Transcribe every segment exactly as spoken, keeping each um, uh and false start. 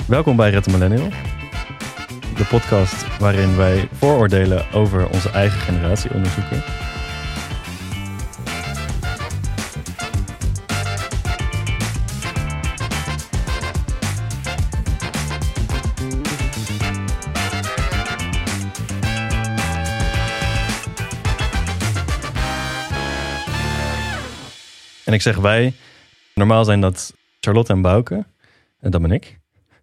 Welkom bij Red the Millennial. De podcast waarin wij vooroordelen over onze eigen generatie onderzoeken. En ik zeg wij, normaal zijn dat Charlotte en Bouke. En dat ben ik.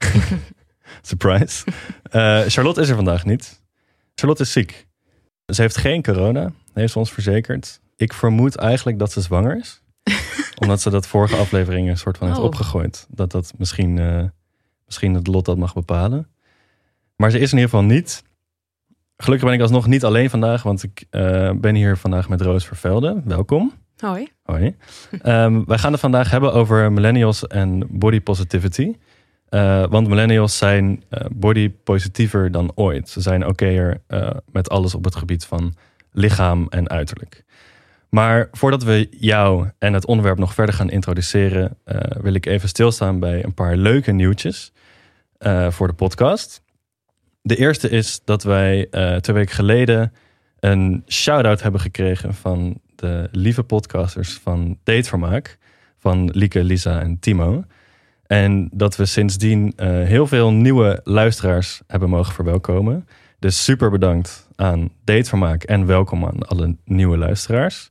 Surprise. Uh, Charlotte is er vandaag niet. Charlotte is ziek. Ze heeft geen corona, heeft ze ons verzekerd. Ik vermoed eigenlijk dat ze zwanger is. Omdat ze dat vorige aflevering een soort van heeft oh. opgegooid. Dat dat misschien, uh, misschien het lot dat mag bepalen. Maar ze is in ieder geval niet. Gelukkig ben ik alsnog niet alleen vandaag. Want ik uh, ben hier vandaag met Roos Vervelde. Welkom. Hoi. Hoi. Um, wij gaan het vandaag hebben over millennials en body positivity. Uh, want millennials zijn uh, body positiever dan ooit. Ze zijn okéer uh, met alles op het gebied van lichaam en uiterlijk. Maar voordat we jou en het onderwerp nog verder gaan introduceren, Uh, wil ik even stilstaan bij een paar leuke nieuwtjes uh, voor de podcast. De eerste is dat wij uh, twee weken geleden een shout-out hebben gekregen van de lieve podcasters van Datevermaak. Van Lieke, Lisa en Timo. En dat we sindsdien uh, heel veel nieuwe luisteraars hebben mogen verwelkomen. Dus super bedankt aan Datevermaak en welkom aan alle nieuwe luisteraars.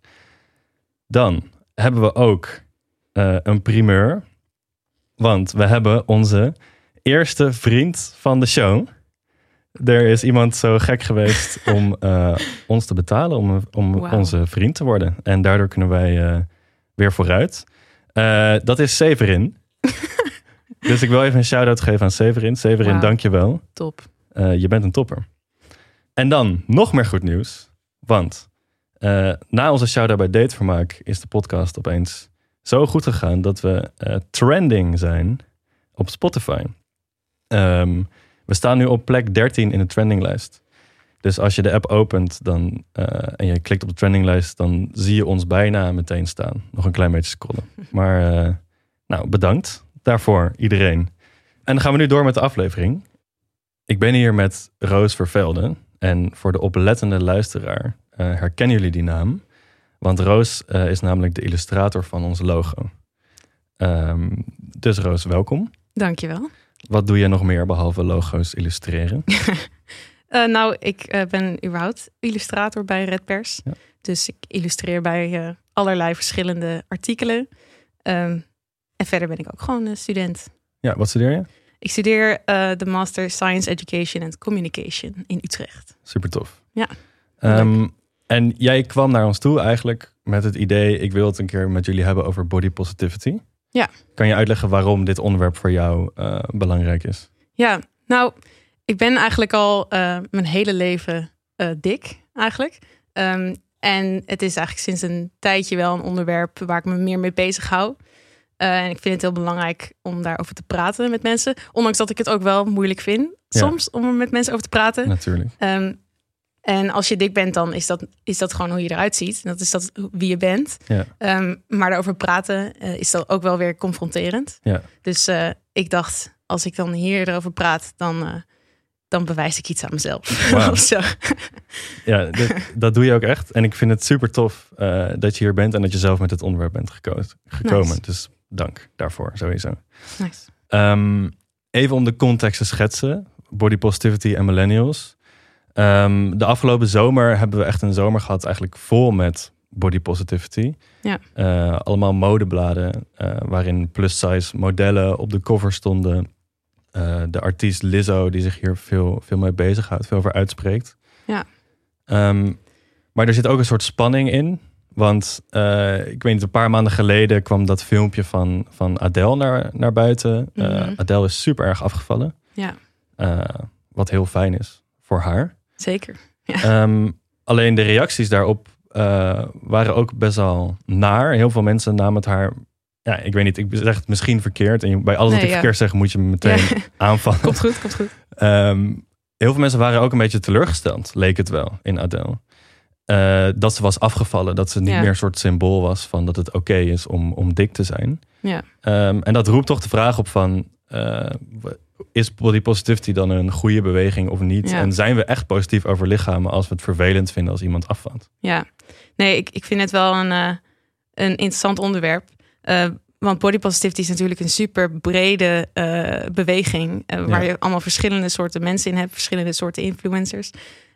Dan hebben we ook uh, een primeur. Want we hebben onze eerste vriend van de show. Er is iemand zo gek geweest om uh, ons te betalen, om, om wow. onze vriend te worden. En daardoor kunnen wij uh, weer vooruit. Uh, dat is Severin. Dus ik wil even een shout-out geven aan Severin. Severin, wow. dank je wel. Top. Uh, je bent een topper. En dan nog meer goed nieuws. Want uh, na onze shout-out bij Datevermaak is de podcast opeens zo goed gegaan dat we uh, trending zijn op Spotify. Um, we staan nu op plek dertien in de trendinglijst. Dus als je de app opent dan, uh, en je klikt op de trendinglijst, dan zie je ons bijna meteen staan. Nog een klein beetje scrollen. Maar uh, nou, bedankt daarvoor iedereen. En dan gaan we nu door met de aflevering. Ik ben hier met Roos Vervelde. En voor de oplettende luisteraar uh, herkennen jullie die naam. Want Roos uh, is namelijk de illustrator van ons logo. Um, dus Roos, welkom. Dankjewel. Wat doe je nog meer behalve logo's illustreren? uh, nou, ik uh, ben überhaupt illustrator bij Redpers. Ja. Dus ik illustreer bij uh, allerlei verschillende artikelen. Um, en verder ben ik ook gewoon een student. Ja, wat studeer je? Ik studeer uh, de Master Science Education and Communication in Utrecht. Super tof. Ja. Um, en jij kwam naar ons toe eigenlijk met het idee, ik wil het een keer met jullie hebben over body positivity. Ja. Kan je uitleggen waarom dit onderwerp voor jou uh, belangrijk is? Ja, nou, ik ben eigenlijk al uh, mijn hele leven uh, dik eigenlijk. Um, en het is eigenlijk sinds een tijdje wel een onderwerp waar ik me meer mee bezig hou. Uh, en ik vind het heel belangrijk om daarover te praten met mensen. Ondanks dat ik het ook wel moeilijk vind soms ja. om er met mensen over te praten. Natuurlijk. Um, en als je dik bent, dan is dat, is dat gewoon hoe je eruit ziet. Dat is dat wie je bent. Ja. Um, maar daarover praten uh, is dat ook wel weer confronterend. Ja. Dus uh, ik dacht, als ik dan hier erover praat, dan, uh, dan bewijs ik iets aan mezelf. Wow. of zo. Ja, dat, dat doe je ook echt. En ik vind het super tof uh, dat je hier bent en dat je zelf met het onderwerp bent geko- gekomen. Nice. Dus dank daarvoor, sowieso. Nice. Um, even om de context te schetsen. Body positivity en millennials. Um, de afgelopen zomer hebben we echt een zomer gehad eigenlijk vol met body positivity. Ja. Uh, allemaal modebladen uh, waarin plus size modellen op de cover stonden. Uh, de artiest Lizzo die zich hier veel, veel mee bezighoudt, veel over uitspreekt. Ja. Um, maar er zit ook een soort spanning in. Want uh, ik weet niet, een paar maanden geleden kwam dat filmpje van, van Adele naar, naar buiten. Uh, Mm-hmm. Adele is super erg afgevallen. Ja. Uh, wat heel fijn is voor haar. Zeker. Ja. Um, alleen de reacties daarop uh, waren ook best wel naar. Heel veel mensen namen het haar... Ja, ik weet niet, ik zeg het misschien verkeerd. En bij alles Nee, wat ik ja. verkeerd zeg, moet je me meteen Ja. aanvallen. Komt goed, komt goed. Um, heel veel mensen waren ook een beetje teleurgesteld, leek het wel, in Adele. Uh, dat ze was afgevallen, dat ze niet Ja. meer een soort symbool was van dat het oké okay is om, om dik te zijn. Ja. Um, en dat roept toch de vraag op van... Uh, is body positivity dan een goede beweging of niet? Ja. En zijn we echt positief over lichamen als we het vervelend vinden als iemand afvalt? Ja, nee, ik, ik vind het wel een, uh, een interessant onderwerp. Uh, want body positivity is natuurlijk een super brede uh, beweging. Uh, waar Ja. je allemaal verschillende soorten mensen in hebt. Verschillende soorten influencers.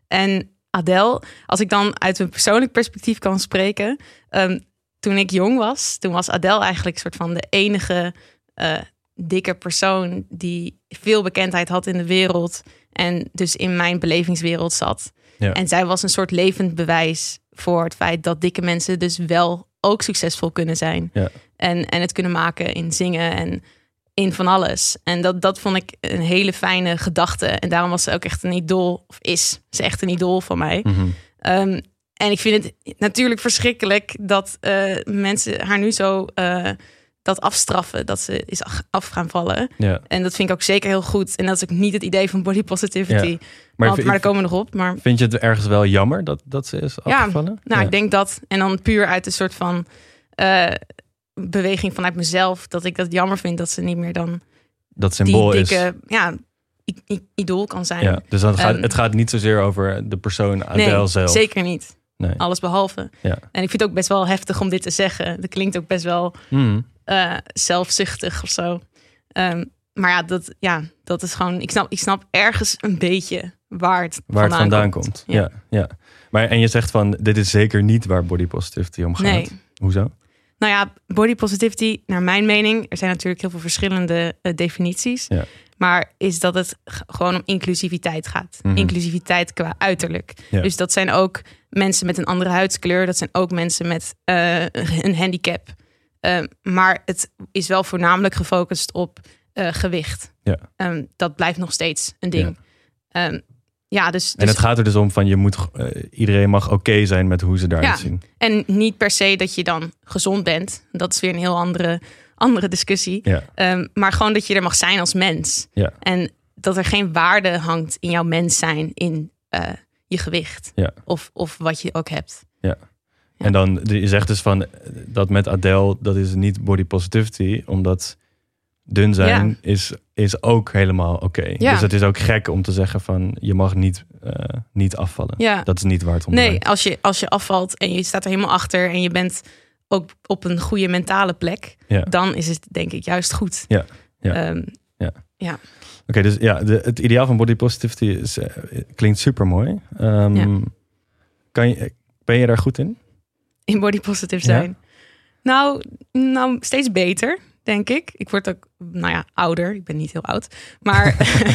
En Adele, als ik dan uit een persoonlijk perspectief kan spreken. Um, toen ik jong was, toen was Adele eigenlijk een soort van de enige uh, dikke persoon die veel bekendheid had in de wereld. En dus in mijn belevingswereld zat. Ja. En zij was een soort levend bewijs voor het feit dat dikke mensen dus wel ook succesvol kunnen zijn. Ja. En, en het kunnen maken in zingen en in van alles. En dat, dat vond ik een hele fijne gedachte. En daarom was ze ook echt een idool, of is ze echt een idool van mij. Mm-hmm. Um, en ik vind het natuurlijk verschrikkelijk dat uh, mensen haar nu zo uh, dat afstraffen, dat ze is af gaan vallen. Ja. En dat vind ik ook zeker heel goed. En dat is ook niet het idee van body positivity. Ja. Maar, Maar, Want, maar daar komen we nog op. Maar vind je het ergens wel jammer dat, dat ze is afgevallen? nou, ja. ik denk dat. En dan puur uit een soort van uh, beweging vanuit mezelf. Dat ik dat jammer vind dat ze niet meer dan dat symbool die dikke, is. ja, i- i- idool kan zijn. Ja, dus dan gaat, Um, het gaat niet zozeer over de persoon Adele nee, zelf. zeker niet. Nee. Alles behalve. Ja. En ik vind het ook best wel heftig om dit te zeggen. Dat klinkt ook best wel Mm. uh, zelfzuchtig of zo. Um, maar ja dat, ja, dat is gewoon... Ik snap, ik snap ergens een beetje waar het Waar vandaan, het vandaan komt. komt. Ja. Ja. Ja, Maar en je zegt van, dit is zeker niet waar body positivity om gaat. Nee. Hoezo? Nou ja, body positivity, naar mijn mening... Er zijn natuurlijk heel veel verschillende uh, definities. Ja. Maar is dat het g- gewoon om inclusiviteit gaat. Mm-hmm. Inclusiviteit qua uiterlijk. Ja. Dus dat zijn ook mensen met een andere huidskleur. Dat zijn ook mensen met uh, een handicap. Uh, maar het is wel voornamelijk gefocust op uh, gewicht. Ja. Um, dat blijft nog steeds een ding. Ja, um, ja dus, En dus, het gaat er dus om van, je moet, uh, iedereen mag oké okay zijn met hoe ze eruit Ja. zien. en niet per se dat je dan gezond bent. Dat is weer een heel andere, andere discussie. Ja. Um, maar gewoon dat je er mag zijn als mens. Ja. En dat er geen waarde hangt in jouw mens zijn, in uh, je gewicht. Ja. Of, of wat je ook hebt. Ja. Ja. En dan, je zegt dus van, dat met Adele, dat is niet body positivity, omdat dun zijn Ja. is, is ook helemaal oké. Okay. Ja. Dus het is ook gek om te zeggen van, je mag niet, uh, niet afvallen. Ja. Dat is niet waar het om Nee, draait. als je, als je afvalt en je staat er helemaal achter en je bent ook op een goede mentale plek, Ja. dan is het denk ik juist goed. Ja. Ja. Um, Ja. ja. Oké, okay, dus ja, de, het ideaal van body positivity is, uh, klinkt super mooi. Um, Ja. kan je, ben je daar goed in? In body positive zijn. Ja. Nou, nou, steeds beter, denk ik. Ik word ook, nou ja, ouder. Ik ben niet heel oud. Maar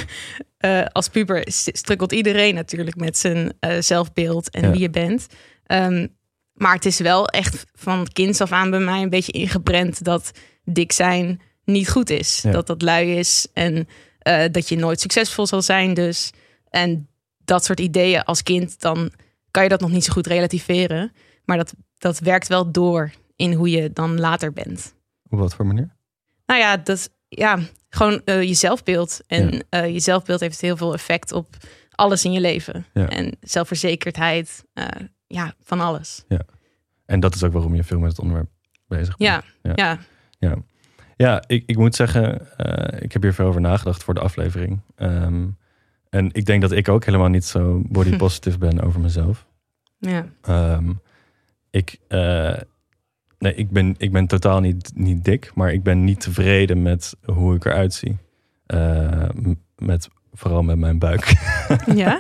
uh, als puber strukkelt iedereen natuurlijk met zijn uh, zelfbeeld en Ja. wie je bent. Um, maar het is wel echt van kinds af aan bij mij een beetje ingeprent dat dik zijn niet goed is. Ja. Dat dat lui is en uh, dat je nooit succesvol zal zijn dus. En dat soort ideeën als kind, dan kan je dat nog niet zo goed relativeren. Maar dat, dat werkt wel door in hoe je dan later bent. Op wat voor manier? Nou ja, dat, ja gewoon uh, je zelfbeeld. En Ja. uh, je zelfbeeld heeft heel veel effect op alles in je leven. Ja. En zelfverzekerdheid, uh, ja, van alles. Ja. En dat is ook waarom je veel met het onderwerp bezig bent. Ja, ja. ja. Ja, ja ik, ik moet zeggen, uh, ik heb hier veel over nagedacht voor de aflevering. Um, en ik denk dat ik ook helemaal niet zo body positive ben over mezelf. Ja. Um, ik, uh, nee, ik, ben, ik ben totaal niet, niet dik, maar ik ben niet tevreden met hoe ik eruit zie. Uh, met, vooral met mijn buik. Ja?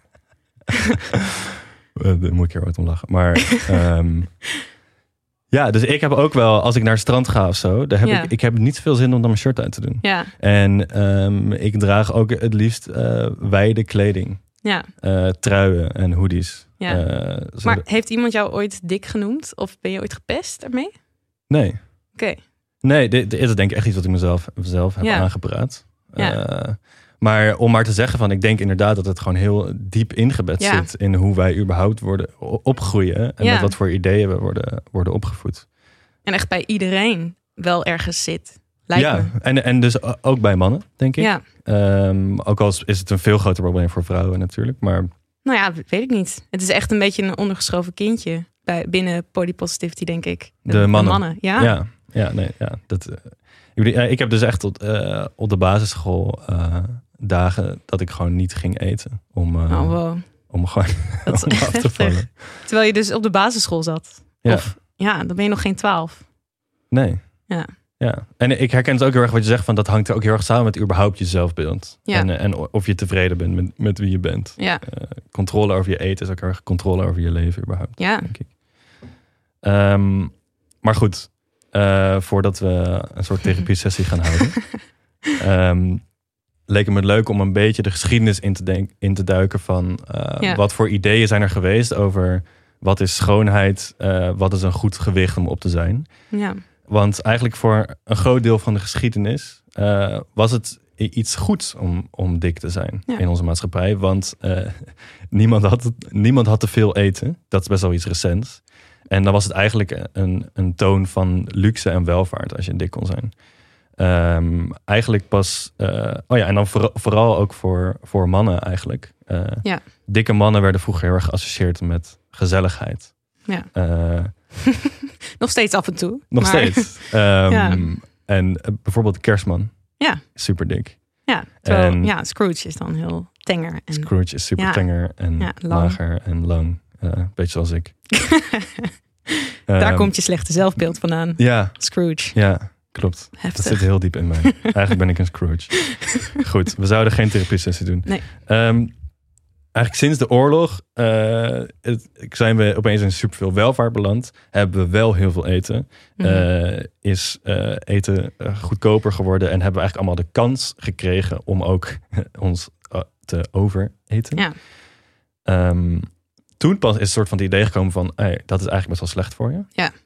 uh, daar moet ik er ooit om lachen. Maar um, ja, dus ik heb ook wel, als ik naar het strand ga of zo, dan heb Ja. ik, ik heb niet veel zin om dan mijn shirt uit te doen. Ja. En um, ik draag ook het liefst uh, wijde kleding. Ja. Uh, truien en hoodies. Ja. Uh, Maar heeft iemand jou ooit dik genoemd? Of ben je ooit gepest daarmee? Nee. Oké. Okay. Nee, dit, dit is denk ik echt iets wat ik mezelf zelf heb ja. aangepraat. Ja. Uh, maar om maar te zeggen van, ik denk inderdaad dat het gewoon heel diep ingebed ja. zit in hoe wij überhaupt worden opgroeien. En ja. met wat voor ideeën we worden, worden opgevoed. En echt bij iedereen wel ergens zit. Lijkt ja, me. en, en dus ook bij mannen, denk ik. Ja. Um, ook al is het een veel groter probleem voor vrouwen natuurlijk. Maar nou ja, weet ik niet. Het is echt een beetje een ondergeschoven kindje bij, binnen body positivity, denk ik. De, de mannen. mannen. Ja. Ja, Ja, nee, ja. Dat, uh, ik, ja, ik heb dus echt tot, uh, op de basisschool uh, dagen dat ik gewoon niet ging eten. Om, uh, oh, wow. om gewoon dat om af te vallen. Terwijl je dus op de basisschool zat. Ja. Of ja, dan ben je nog geen twaalf. Nee. Ja. Ja, en ik herken het ook heel erg wat je zegt, van dat hangt er ook heel erg samen met überhaupt je zelfbeeld. Ja. En, en of je tevreden bent met, met wie je bent. Ja. Uh, controle over je eten is ook erg controle over je leven überhaupt. Ja. Denk ik. Um, maar goed, uh, voordat we een soort therapie-sessie gaan houden, um, leek het me leuk om een beetje de geschiedenis in te, denk, in te duiken van uh, ja. wat voor ideeën zijn er geweest over wat is schoonheid, uh, wat is een goed gewicht om op te zijn. Ja. Want eigenlijk voor een groot deel van de geschiedenis uh, was het iets goeds om, om dik te zijn ja. in onze maatschappij. Want uh, niemand, had, niemand had te veel eten. Dat is best wel iets recents. En dan was het eigenlijk een, een toon van luxe en welvaart als je dik kon zijn. Um, eigenlijk pas... Uh, oh ja, en dan voor, vooral ook voor, voor mannen eigenlijk. Uh, ja. Dikke mannen werden vroeger heel erg geassocieerd met gezelligheid. Ja. Uh, nog steeds af en toe. Nog maar... steeds. Um, ja. En uh, bijvoorbeeld de Kerstman. Ja. Super dik. Ja, terwijl, en ja, Scrooge is dan heel tenger. En... Scrooge is super ja. tenger en ja, lager en lang. Uh, beetje zoals ik. Daar um, komt je slechte zelfbeeld vandaan. Ja. Scrooge. Ja, klopt. Heftig. Dat zit heel diep in mij. Eigenlijk ben ik een Scrooge. Goed, we zouden geen therapie-sessie doen. Nee. Um, Eigenlijk sinds de oorlog uh, het, zijn we opeens in superveel welvaart beland. Hebben we wel heel veel eten. Mm-hmm. Uh, is uh, eten uh, goedkoper geworden. En hebben we eigenlijk allemaal de kans gekregen om ook ons uh, te overeten. Ja. Um, toen pas is een soort van het idee gekomen van... Hey, dat is eigenlijk best wel slecht voor je. Ja.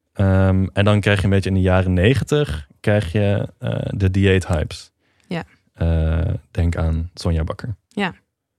Um, en dan krijg je een beetje in de jaren negentig... krijg je uh, de dieethypes. Ja. Uh, denk aan Sonja Bakker. Ja.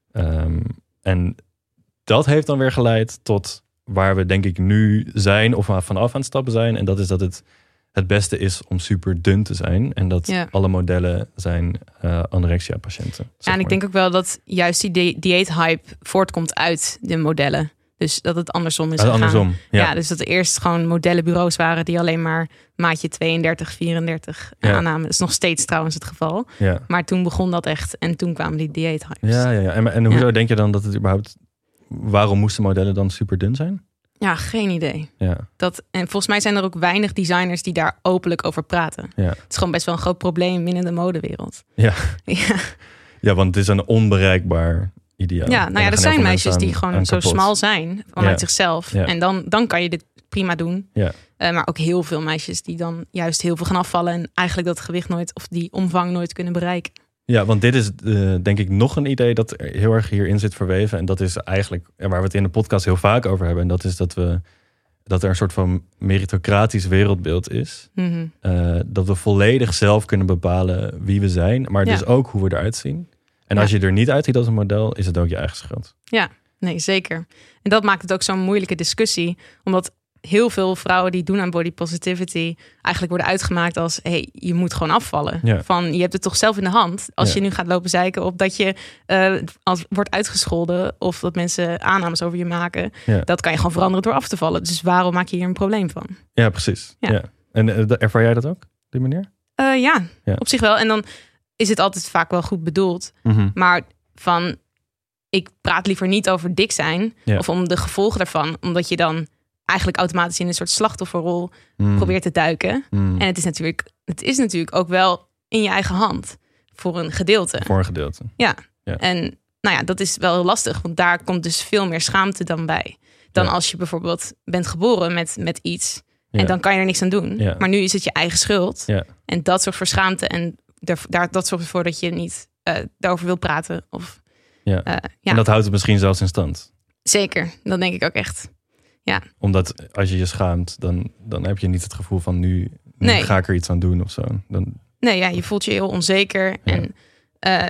Um, en dat heeft dan weer geleid tot waar we denk ik nu zijn of vanaf aan het stappen zijn. En dat is dat het het beste is om super dun te zijn. En dat ja. alle modellen zijn uh, anorexia patiënten. Ja, en ik denk ook wel dat juist die di- dieethype voortkomt uit de modellen. Dus dat het andersom is uh, gegaan. Andersom, ja. ja, dus dat er eerst gewoon modellenbureaus waren die alleen maar maatje tweeëndertig, vierendertig ja. aannamen. Dat is nog steeds trouwens het geval. Ja. Maar toen begon dat echt en toen kwamen die dieethypes. Ja, ja, ja. En, en hoezo ja. denk je dan dat het überhaupt... Waarom moesten modellen dan super dun zijn? Ja, geen idee. Ja. Dat, en volgens mij zijn er ook weinig designers die daar openlijk over praten. Ja. Het is gewoon best wel een groot probleem binnen de modewereld. Ja, ja. ja want het is een onbereikbaar ideaal. Ja, nou ja, er zijn meisjes aan, die gewoon zo kapot. smal zijn vanuit ja. zichzelf. Ja. En dan, dan kan je dit prima doen. Ja. Uh, maar ook heel veel meisjes die dan juist heel veel gaan afvallen en eigenlijk dat gewicht nooit of die omvang nooit kunnen bereiken. Ja, want dit is uh, denk ik nog een idee dat er heel erg hierin zit verweven. En dat is eigenlijk waar we het in de podcast heel vaak over hebben. En dat is dat we dat er een soort van meritocratisch wereldbeeld is. Mm-hmm. Uh, dat we volledig zelf kunnen bepalen wie we zijn, maar ja. dus ook hoe we eruit zien. En ja. als je er niet uitziet als een model, is het ook je eigen schuld. Ja, nee, zeker. En dat maakt het ook zo'n moeilijke discussie. Omdat heel veel vrouwen die doen aan body positivity eigenlijk worden uitgemaakt als hey, je moet gewoon afvallen. Ja. Van je hebt het toch zelf in de hand. Als ja. je nu gaat lopen zeiken op dat je uh, als wordt uitgescholden of dat mensen aannames over je maken, ja. dat kan je gewoon veranderen door af te vallen. Dus waarom maak je hier een probleem van? Ja, precies. Ja. Ja. En uh, ervaar jij dat ook, die manier? Uh, ja, ja, op zich wel. En dan is het altijd vaak wel goed bedoeld. Mm-hmm. Maar van ik praat liever niet over dik zijn ja. of om de gevolgen daarvan, omdat je dan eigenlijk automatisch in een soort slachtofferrol mm. probeert te duiken. Mm. En het is natuurlijk, het is natuurlijk ook wel in je eigen hand voor een gedeelte. Voor een gedeelte. Ja. ja. En nou ja, dat is wel heel lastig, want daar komt dus veel meer schaamte dan bij. Dan ja. als je bijvoorbeeld bent geboren met, met iets en ja. dan kan je er niks aan doen. Ja. Maar nu is het je eigen schuld. Ja. En dat zorgt voor schaamte en daar, daar, dat zorgt ervoor dat je niet uh, daarover wil praten. Of, ja. Uh, ja. En dat houdt het misschien zelfs in stand. Zeker, dat denk ik ook echt. Ja. Omdat als je je schaamt, dan, dan heb je niet het gevoel van nu, nu nee. ga ik er iets aan doen of zo. Dan... Nee, ja, je voelt je heel onzeker. Ja. En uh,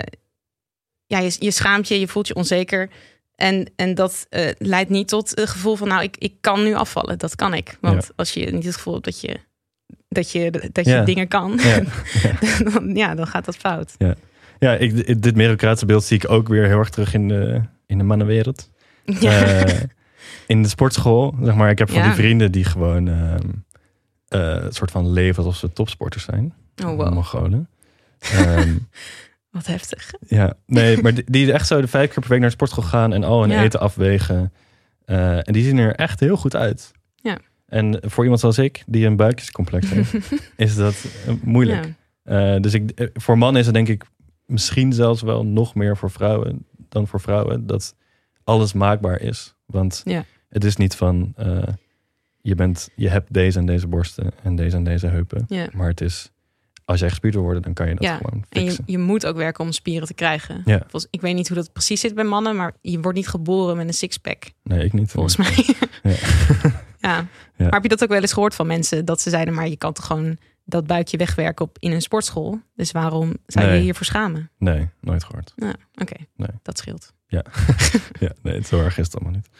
ja, je, je schaamt je, je voelt je onzeker. En, en dat uh, leidt niet tot het gevoel van nou, ik, ik kan nu afvallen. Dat kan ik. Want ja. als je niet het gevoel hebt dat je, dat je, dat je ja. dingen kan, ja. Ja. dan, ja, dan gaat dat fout. Ja, ja ik, dit meritocratische beeld zie ik ook weer heel erg terug in de, in de mannenwereld. Ja. Uh, in de sportschool, zeg maar. Ik heb van ja. die vrienden die gewoon... Uh, uh, een soort van leven alsof ze topsporters zijn. Oh, wow. Mongolen. Um, Wat heftig. Ja, nee, maar die, die is echt zo de vijf keer per week naar de sportschool gaan en al hun Ja. eten afwegen. Uh, en die zien er echt heel goed uit. Ja. En voor iemand zoals ik, die een buikjescomplex heeft, is dat uh, moeilijk. Ja. Uh, dus ik, uh, voor mannen is het denk ik misschien zelfs wel nog meer voor vrouwen dan voor vrouwen. Dat alles maakbaar is. Want ja. het is niet van, uh, je, bent, je hebt deze en deze borsten en deze en deze heupen. Ja. Maar het is, als jij gespierd wil worden, dan kan je dat ja. gewoon fixen. En je, je moet ook werken om spieren te krijgen. Ja. Volgens, ik weet niet hoe dat precies zit bij mannen, maar je wordt niet geboren met een sixpack. Nee, ik niet. Volgens mij. Ja. ja. ja. Maar heb je dat ook wel eens gehoord van mensen? Dat ze zeiden, maar je kan toch gewoon dat buikje wegwerken op, in een sportschool? Dus waarom zou nee. je je hiervoor schamen? Nee, nooit gehoord. Nou, oké. Okay. Nee. Dat scheelt. Ja, ja nee, het zo erg is het allemaal niet.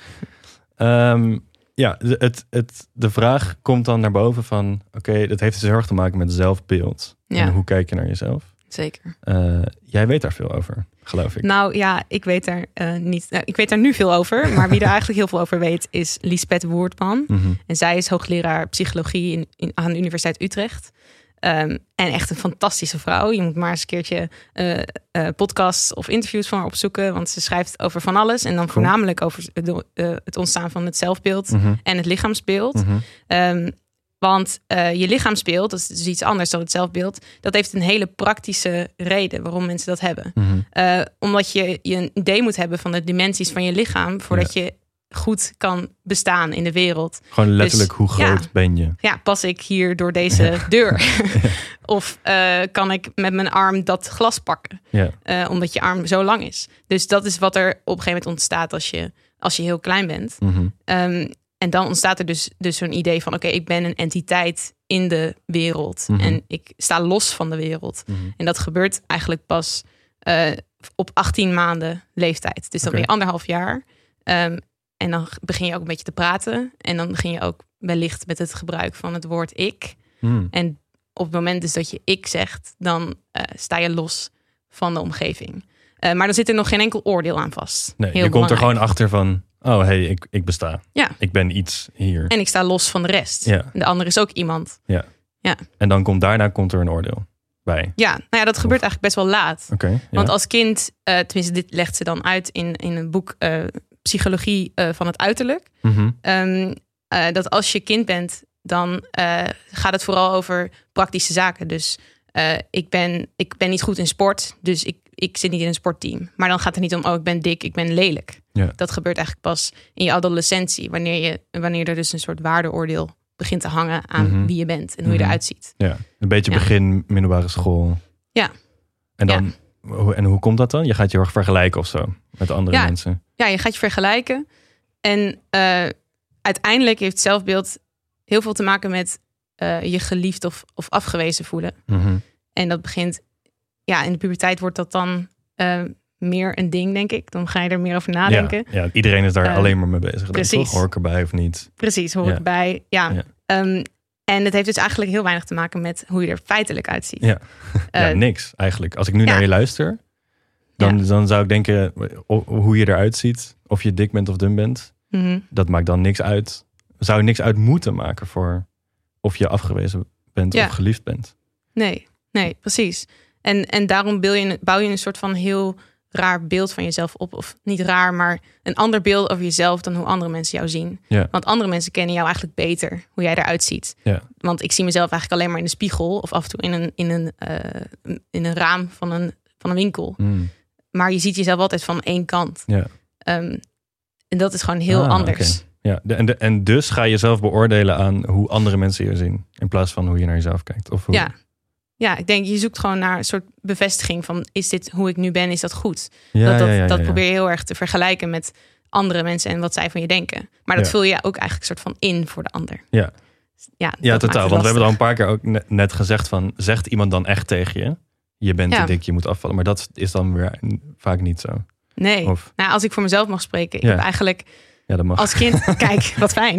Um, ja, het, het, de vraag komt dan naar boven van... Oké, okay, dat heeft dus heel erg te maken met zelfbeeld. Ja. En hoe kijk je naar jezelf? Zeker. Uh, jij weet daar veel over, geloof ik. Nou ja, ik weet daar uh, niet. Uh, ik weet daar nu veel over. Maar wie er eigenlijk heel veel over weet, is Liesbeth Woertman. Mm-hmm. En zij is hoogleraar psychologie in, in, aan de Universiteit Utrecht. Um, en echt een fantastische vrouw. Je moet maar eens een keertje uh, uh, podcasts of interviews van haar opzoeken. Want ze schrijft over van alles. En dan cool. voornamelijk over de, uh, het ontstaan van het zelfbeeld mm-hmm. en het lichaamsbeeld. Mm-hmm. Um, want uh, je lichaamsbeeld, dat is dus iets anders dan het zelfbeeld. Dat heeft een hele praktische reden waarom mensen dat hebben. Mm-hmm. Uh, omdat je, je een idee moet hebben van de dimensies van je lichaam... voordat ja. je goed kan bestaan in de wereld. Gewoon letterlijk, dus, hoe groot ja, ben je? Ja, pas ik hier door deze ja. deur? ja. Of uh, kan ik met mijn arm dat glas pakken? Ja. Uh, omdat je arm zo lang is. Dus dat is wat er op een gegeven moment ontstaat als je, als je heel klein bent. Mm-hmm. Um, en dan ontstaat er dus, dus zo'n idee van... oké, okay, ik ben een entiteit in de wereld. Mm-hmm. En ik sta los van de wereld. Mm-hmm. En dat gebeurt eigenlijk pas uh, op achttien maanden leeftijd. Dus dan okay. ben je anderhalf jaar... Um, En dan begin je ook een beetje te praten. En dan begin je ook wellicht met het gebruik van het woord ik. Mm. En op het moment dus dat je ik zegt... dan uh, sta je los van de omgeving. Uh, maar dan zit er nog geen enkel oordeel aan vast. Nee, Heel je komt er belangrijk. gewoon achter van... oh, hey, ik, ik besta. Ja. Ik ben iets hier. En ik sta los van de rest. Ja. De ander is ook iemand. Ja. Ja. En dan komt daarna komt er een oordeel bij. Ja, nou ja, dat gebeurt of... eigenlijk best wel laat. Okay, ja. Want als kind... Uh, tenminste, dit legt ze dan uit in, in een boek... Uh, psychologie uh, van het uiterlijk. Mm-hmm. Um, uh, dat als je kind bent, dan uh, gaat het vooral over praktische zaken. Dus uh, ik, ben, ik ben niet goed in sport, dus ik, ik zit niet in een sportteam. Maar dan gaat het niet om, oh, ik ben dik, ik ben lelijk. Ja. Dat gebeurt eigenlijk pas in je adolescentie, wanneer, je, wanneer er dus een soort waardeoordeel begint te hangen aan mm-hmm. wie je bent en hoe mm-hmm. je eruit ziet. Ja, een beetje ja. begin middelbare school. Ja. En dan... Ja. En hoe komt dat dan? Je gaat je heel erg vergelijken of zo met andere ja, mensen. Ja, je gaat je vergelijken. En uh, uiteindelijk heeft zelfbeeld heel veel te maken met uh, je geliefd of, of afgewezen voelen. Mm-hmm. En dat begint, ja, in de puberteit wordt dat dan uh, meer een ding, denk ik. Dan ga je er meer over nadenken. Ja, ja iedereen is daar uh, alleen maar mee bezig. Precies. Toch? Hoor ik erbij of niet? Precies, hoor ja. ik erbij. Ja. ja. Um, En het heeft dus eigenlijk heel weinig te maken met hoe je er feitelijk uitziet. Ja, ja uh, niks eigenlijk. Als ik nu ja. naar je luister, dan, ja. dan zou ik denken hoe je eruit ziet. Of je dik bent of dun bent. Mm-hmm. Dat maakt dan niks uit. Zou niks uit moeten maken voor of je afgewezen bent ja. of geliefd bent. Nee, nee, precies. En, en daarom bouw je, bouw je een soort van heel raar beeld van jezelf op. Of niet raar, maar een ander beeld over jezelf dan hoe andere mensen jou zien. Ja. Want andere mensen kennen jou eigenlijk beter, hoe jij eruit ziet. Ja. Want ik zie mezelf eigenlijk alleen maar in de spiegel of af en toe in een, in een, uh, in een raam van een, van een winkel. Mm. Maar je ziet jezelf altijd van één kant. Ja. Um, en dat is gewoon heel ah, anders. Okay. Ja, de, en, de, en dus ga je jezelf beoordelen aan hoe andere mensen je zien. In plaats van hoe je naar jezelf kijkt. Of hoe... Ja. Ja, ik denk, je zoekt gewoon naar een soort bevestiging van... is dit hoe ik nu ben, is dat goed? Ja, dat dat, ja, ja, ja, dat ja. probeer je heel erg te vergelijken met andere mensen... en wat zij van je denken. Maar dat ja. vul je ook eigenlijk een soort van in voor de ander. Ja, ja, ja totaal. Want we hebben al een paar keer ook net gezegd van... zegt iemand dan echt tegen je... je bent ja. te dik, je moet afvallen. Maar dat is dan weer vaak niet zo. Nee, of... nou, als ik voor mezelf mag spreken... ik ja. heb eigenlijk ja, dat mag. als kind... kijk, wat fijn.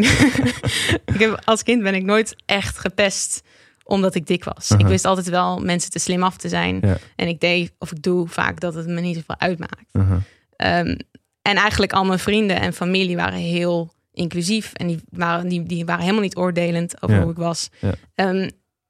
ik heb, als kind ben ik nooit echt gepest... omdat ik dik was. Uh-huh. Ik wist altijd wel mensen te slim af te zijn. Ja. En ik deed, of ik doe vaak dat het me niet zoveel uitmaakt. Uh-huh. Um, en eigenlijk al mijn vrienden en familie waren heel inclusief. En die waren, die, die waren helemaal niet oordelend over Ja. hoe ik was. Ja. Um,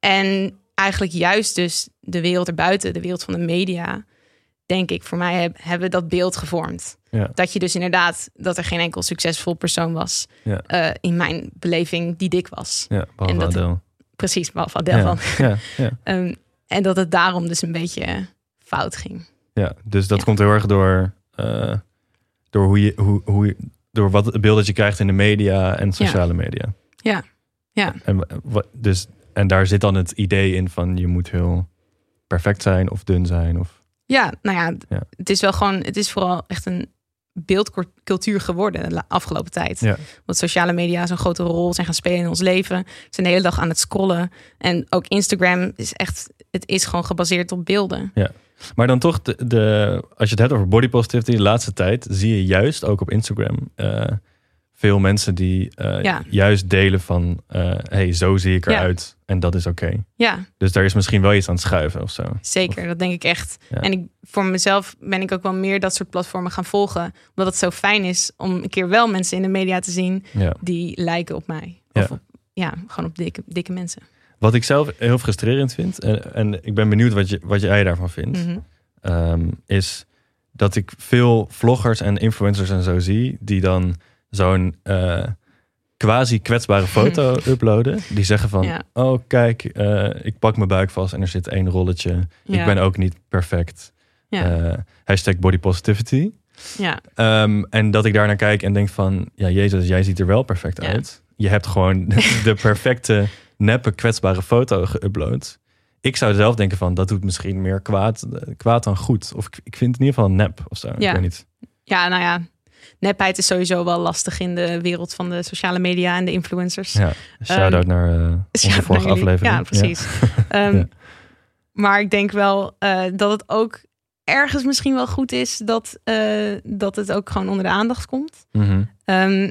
en eigenlijk juist dus de wereld erbuiten, de wereld van de media, denk ik, voor mij heb, hebben dat beeld gevormd. Ja. Dat je dus inderdaad, dat er geen enkel succesvol persoon was. Ja. Uh, in mijn beleving die dik was. Ja, behalve En dat- Adele. Precies, behalve Adele Ja. van. Ja, ja. Um, en dat het daarom dus een beetje fout ging. Ja, dus dat Ja. komt heel erg door, uh, door, hoe je, hoe, hoe je, door wat het beeld dat je krijgt in de media en sociale media. Ja, ja. En, wat, dus, en daar zit dan het idee in van je moet heel perfect zijn of dun zijn. Of, Ja, nou ja, Ja. het is wel gewoon, het is vooral echt een beeldcultuur geworden de afgelopen tijd. ja, Want sociale media zo'n grote rol zijn gaan spelen in ons leven. We zijn de hele dag aan het scrollen. En ook Instagram is echt, het is gewoon gebaseerd op beelden. maar dan toch, de, de, als je het hebt over body positivity, de laatste tijd zie je juist ook op Instagram uh, veel mensen die uh, Ja. juist delen van uh, hey, zo zie ik Ja. eruit en dat is oké. Ja, Dus daar is misschien wel iets aan het schuiven of zo. zeker. Dat denk ik echt. Ja. En ik, voor mezelf ben ik ook wel meer dat soort platformen gaan volgen. Omdat het zo fijn is om een keer wel mensen in de media te zien Ja. die lijken op mij. Ja. Of op, ja, gewoon op dikke, dikke mensen. Wat ik zelf heel frustrerend vind, en, en ik ben benieuwd wat, je, wat jij daarvan vindt, Mhm. um, is dat ik veel vloggers en influencers en zo zie, die dan zo'n uh, quasi kwetsbare foto uploaden. Die zeggen van, Ja. oh kijk, uh, ik pak mijn buik vast en er zit één rolletje. Ja. Ik ben ook niet perfect. Ja. Uh, hashtag body positivity. Ja. Um, en dat ik daar naar kijk en denk van, ja jezus, jij ziet er wel perfect Ja. uit. Je hebt gewoon de, de perfecte, neppe, kwetsbare foto geüpload. Ik zou zelf denken van, dat doet misschien meer kwaad, kwaad dan goed. Of ik, ik vind het in ieder geval nep of zo. Ja. Ik weet niet. Ja, nou ja, nepheid is sowieso wel lastig in de wereld van de sociale media en de influencers. Ja, shout-out Um, naar uh, onze Ja, vorige naar jullie. aflevering. Ja, precies. Um, Ja. Maar ik denk wel uh, dat het ook ergens misschien wel goed is dat, uh, dat het ook gewoon onder de aandacht komt. Ja. Mhm. Um,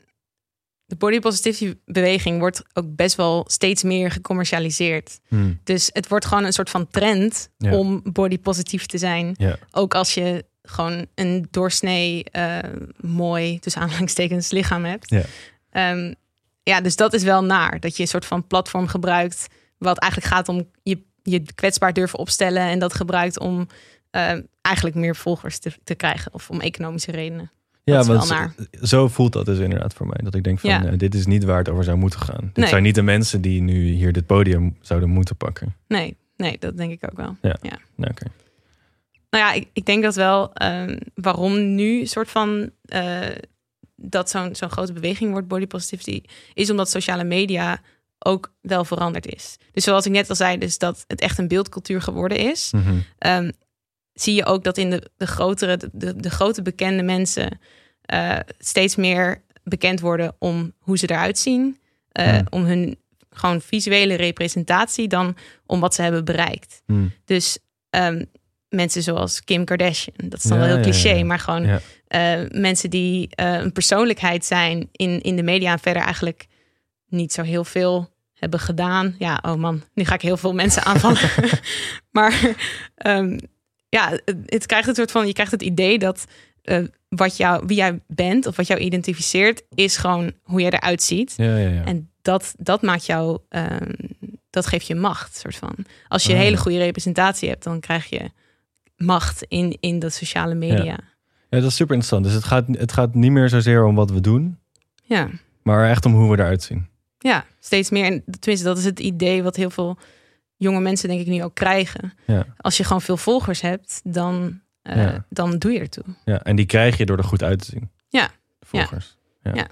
de body positivity beweging wordt ook best wel steeds meer gecommercialiseerd. Hmm. Dus het wordt gewoon een soort van trend Ja. om body positief te zijn. Ja. Ook als je gewoon een doorsnee uh, mooi, tussen aanhalingstekens, lichaam hebt. Ja. Um, ja, dus dat is wel naar. Dat je een soort van platform gebruikt wat eigenlijk gaat om je, je kwetsbaar durven opstellen. En dat gebruikt om uh, eigenlijk meer volgers te, te krijgen. Of om economische redenen. Ja, is wel want naar. zo voelt dat dus inderdaad voor mij. Dat ik denk van, Ja. uh, dit is niet waar het over zou moeten gaan. Dit Nee. zijn niet de mensen die nu hier dit podium zouden moeten pakken. Nee, nee, dat denk ik ook wel. Ja. Ja. Nou, oké. Nou ja, ik, ik denk dat wel um, waarom nu een soort van uh, dat zo'n zo'n grote beweging wordt, body positivity, is omdat sociale media ook wel veranderd is. Dus zoals ik net al zei, dus dat het echt een beeldcultuur geworden is. Mhm. Um, zie je ook dat in de, de grotere, de, de, de grote bekende mensen uh, steeds meer bekend worden om hoe ze eruit zien. Uh, Hmm. Om hun gewoon visuele representatie dan om wat ze hebben bereikt. Hmm. Dus um, mensen zoals Kim Kardashian, dat is dan Ja, wel heel ja, cliché, ja. maar gewoon Ja. uh, mensen die uh, een persoonlijkheid zijn in, in de media en verder eigenlijk niet zo heel veel hebben gedaan. Ja, oh man, nu ga ik heel veel mensen aanvallen. maar um, ja, het, het krijgt een soort van, je krijgt het idee dat uh, wat jou, wie jij bent of wat jou identificeert, is gewoon hoe jij eruit ziet. Ja, ja, ja. En dat, dat maakt jou, um, dat geeft je macht, soort van. Als je Oh, een hele ja. goede representatie hebt, dan krijg je macht in, in de sociale media. Ja. Ja, dat is super interessant. Dus het gaat, het gaat niet meer zozeer om wat we doen, Ja, maar echt om hoe we eruit zien. ja, steeds meer. En tenminste, dat is het idee wat heel veel jonge mensen denk ik nu ook krijgen. Ja. Als je gewoon veel volgers hebt, dan, uh, Ja. dan doe je ertoe. Ja, en die krijg je door er goed uit te zien. Ja. De volgers. Ja. Ja.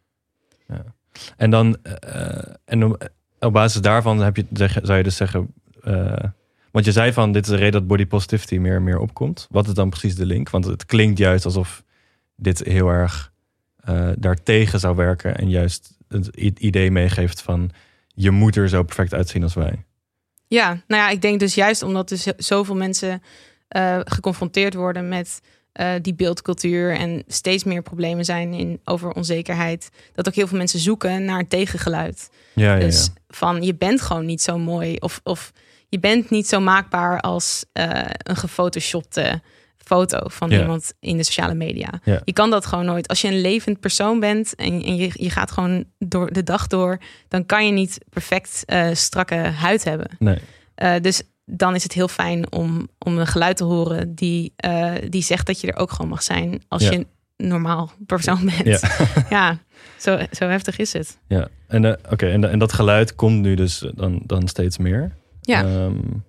Ja. En dan, uh, en op, op basis daarvan heb je, zeg, zou je dus zeggen, uh, want je zei van, dit is de reden dat body positivity meer en meer opkomt. Wat is dan precies de link? Want het klinkt juist alsof dit heel erg uh, daartegen zou werken en juist het idee meegeeft van, je moet er zo perfect uitzien als wij. Ja, nou ja, ik denk dus juist omdat dus zoveel mensen uh, geconfronteerd worden met uh, die beeldcultuur en steeds meer problemen zijn in, over onzekerheid, dat ook heel veel mensen zoeken naar een tegengeluid. Ja, ja, Dus ja. van, je bent gewoon niet zo mooi of, of je bent niet zo maakbaar als uh, een gefotoshopte foto van Ja. iemand in de sociale media. Ja. Je kan dat gewoon nooit. Als je een levend persoon bent en, en je, je gaat gewoon door de dag door, dan kan je niet perfect uh, strakke huid hebben. Nee. Uh, dus dan is het heel fijn om, om een geluid te horen die, uh, die zegt dat je er ook gewoon mag zijn als Ja. je een normaal persoon bent. Ja, ja zo, zo heftig is het. ja. En, uh, okay, en, en dat geluid komt nu dus dan, dan steeds meer. Ja. Um,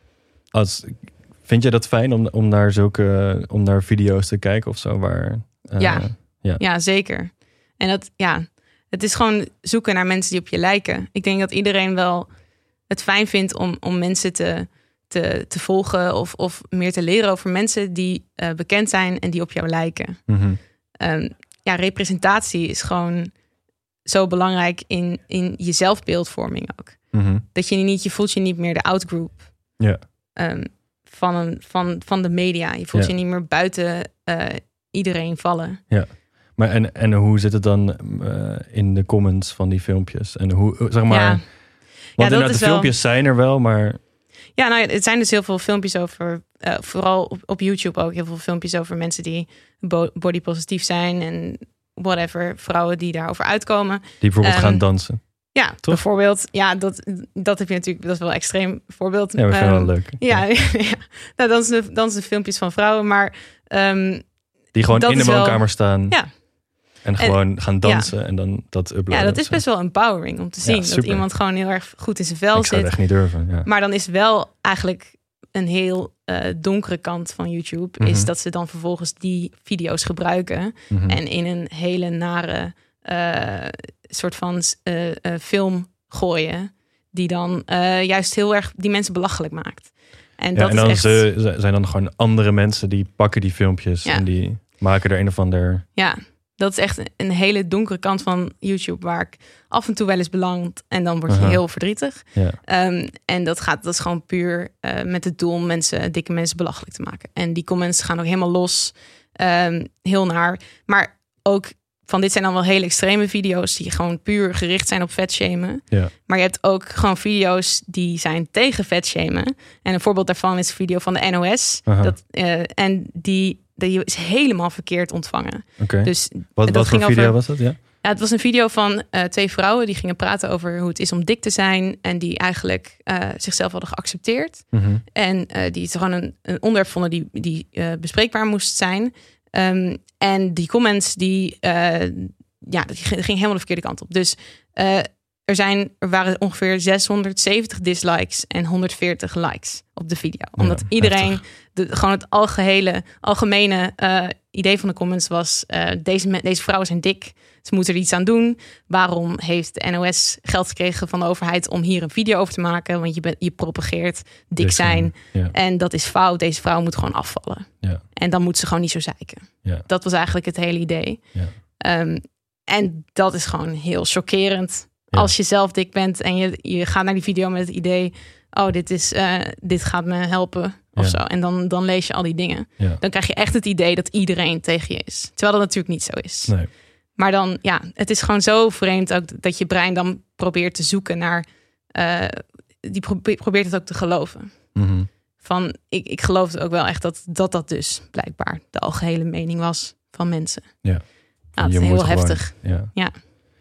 als, vind je dat fijn om, om naar zulke om naar video's te kijken of zo? Waar, uh, ja. ja, ja, zeker. En dat, ja, het is gewoon zoeken naar mensen die op je lijken. Ik denk dat iedereen wel het fijn vindt om, om mensen te, te, te volgen of, of meer te leren over mensen die uh, bekend zijn en die op jou lijken. Mm-hmm. Um, ja, representatie is gewoon zo belangrijk in, in je zelfbeeldvorming ook. Mm-hmm. Dat je niet, je voelt je niet meer de outgroup Ja. um, van, een, van, van de media. Je voelt Ja. je niet meer buiten uh, iedereen vallen. Ja. Maar en, en hoe zit het dan uh, in de comments van die filmpjes? En hoe, zeg maar... Ja. Want Ja, dat de is filmpjes wel... zijn er wel, maar... Ja, nou ja, het zijn dus heel veel filmpjes over... Uh, vooral op, op YouTube ook heel veel filmpjes over mensen die bo- body positief zijn en whatever. Vrouwen die daarover uitkomen. Die bijvoorbeeld Um, gaan dansen. Ja, Toch? bijvoorbeeld. Ja, dat, dat heb je natuurlijk... Dat is wel een extreem voorbeeld. Ja, we vinden Um, wel leuk. Ja, ja. Nou, dan zijn de, dan zijn de filmpjes van vrouwen. Maar um, die gewoon dat in de is wel- woonkamer staan. Ja. En gewoon gaan dansen en dan dat uploaden. ja, dat is of zo. best wel empowering om te zien. Ja, dat super. iemand gewoon heel erg goed in zijn vel Ik zou zit. het echt niet durven. Ja. Maar dan is wel eigenlijk een heel uh, donkere kant van YouTube. Mhm. Is dat ze dan vervolgens die video's gebruiken. Mhm. En in een hele nare uh, soort van uh, uh, film gooien. Die dan uh, juist heel erg die mensen belachelijk maakt. En Ja, dat en dan is echt... ze, zijn dan gewoon andere mensen die pakken die filmpjes Ja. en die maken er een of ander... Ja, dat is echt een hele donkere kant van YouTube waar ik af en toe wel eens beland en dan word je Aha. heel verdrietig. Ja. Um, en dat gaat, dat is gewoon puur uh, met het doel om mensen, dikke mensen belachelijk te maken. En die comments gaan ook helemaal los, um, heel naar. Maar ook van dit zijn dan wel hele extreme video's die gewoon puur gericht zijn op vetshamen. Ja. Maar je hebt ook gewoon video's die zijn tegen vetshamen. En een voorbeeld daarvan is een video van de N O S. Aha. Dat, uh, en die, die is helemaal verkeerd ontvangen. Oké. Dus Wat, dat wat voor ging video over- was dat? Ja? ja, het was een video van uh, twee vrouwen die gingen praten over hoe het is om dik te zijn. En die eigenlijk uh, zichzelf hadden geaccepteerd. Mhm. En uh, die het gewoon een, een onderwerp vonden die, die uh, bespreekbaar moest zijn. Um, en die comments, die, uh, ja, die ging helemaal de verkeerde kant op. Dus uh, er, zijn, er waren ongeveer zeshonderdzeventig dislikes en honderdveertig likes op de video. Omdat Ja, iedereen, heftig. de, gewoon het algehele, algemene uh, idee van de comments was... Uh, deze, me- deze vrouwen zijn dik, ze moeten er iets aan doen. Waarom heeft de N O S geld gekregen van de overheid om hier een video over te maken? Want je, bent je propageert dik Dik zijn. Ja. En dat is fout. Deze vrouw moet gewoon afvallen. Ja. En dan moet ze gewoon niet zo zeiken. Ja. Dat was eigenlijk het hele idee. Ja. Um, en dat is gewoon heel chockerend. Ja. Als je zelf dik bent en je, je gaat naar die video met het idee... oh, dit, is, uh, dit gaat me helpen of Ja. zo. En dan, dan lees je al die dingen. Ja. Dan krijg je echt het idee dat iedereen tegen je is. Terwijl dat natuurlijk niet zo is. Nee. Maar dan, ja, het is gewoon zo vreemd ook dat je brein dan probeert te zoeken naar... Uh, die probeert, probeert het ook te geloven. Mhm. Van, ik, ik geloofde ook wel echt dat, dat dat dus blijkbaar de algehele mening was van mensen. Ja. Ja, het Je is heel moet gewoon- heftig. Ja. Ja.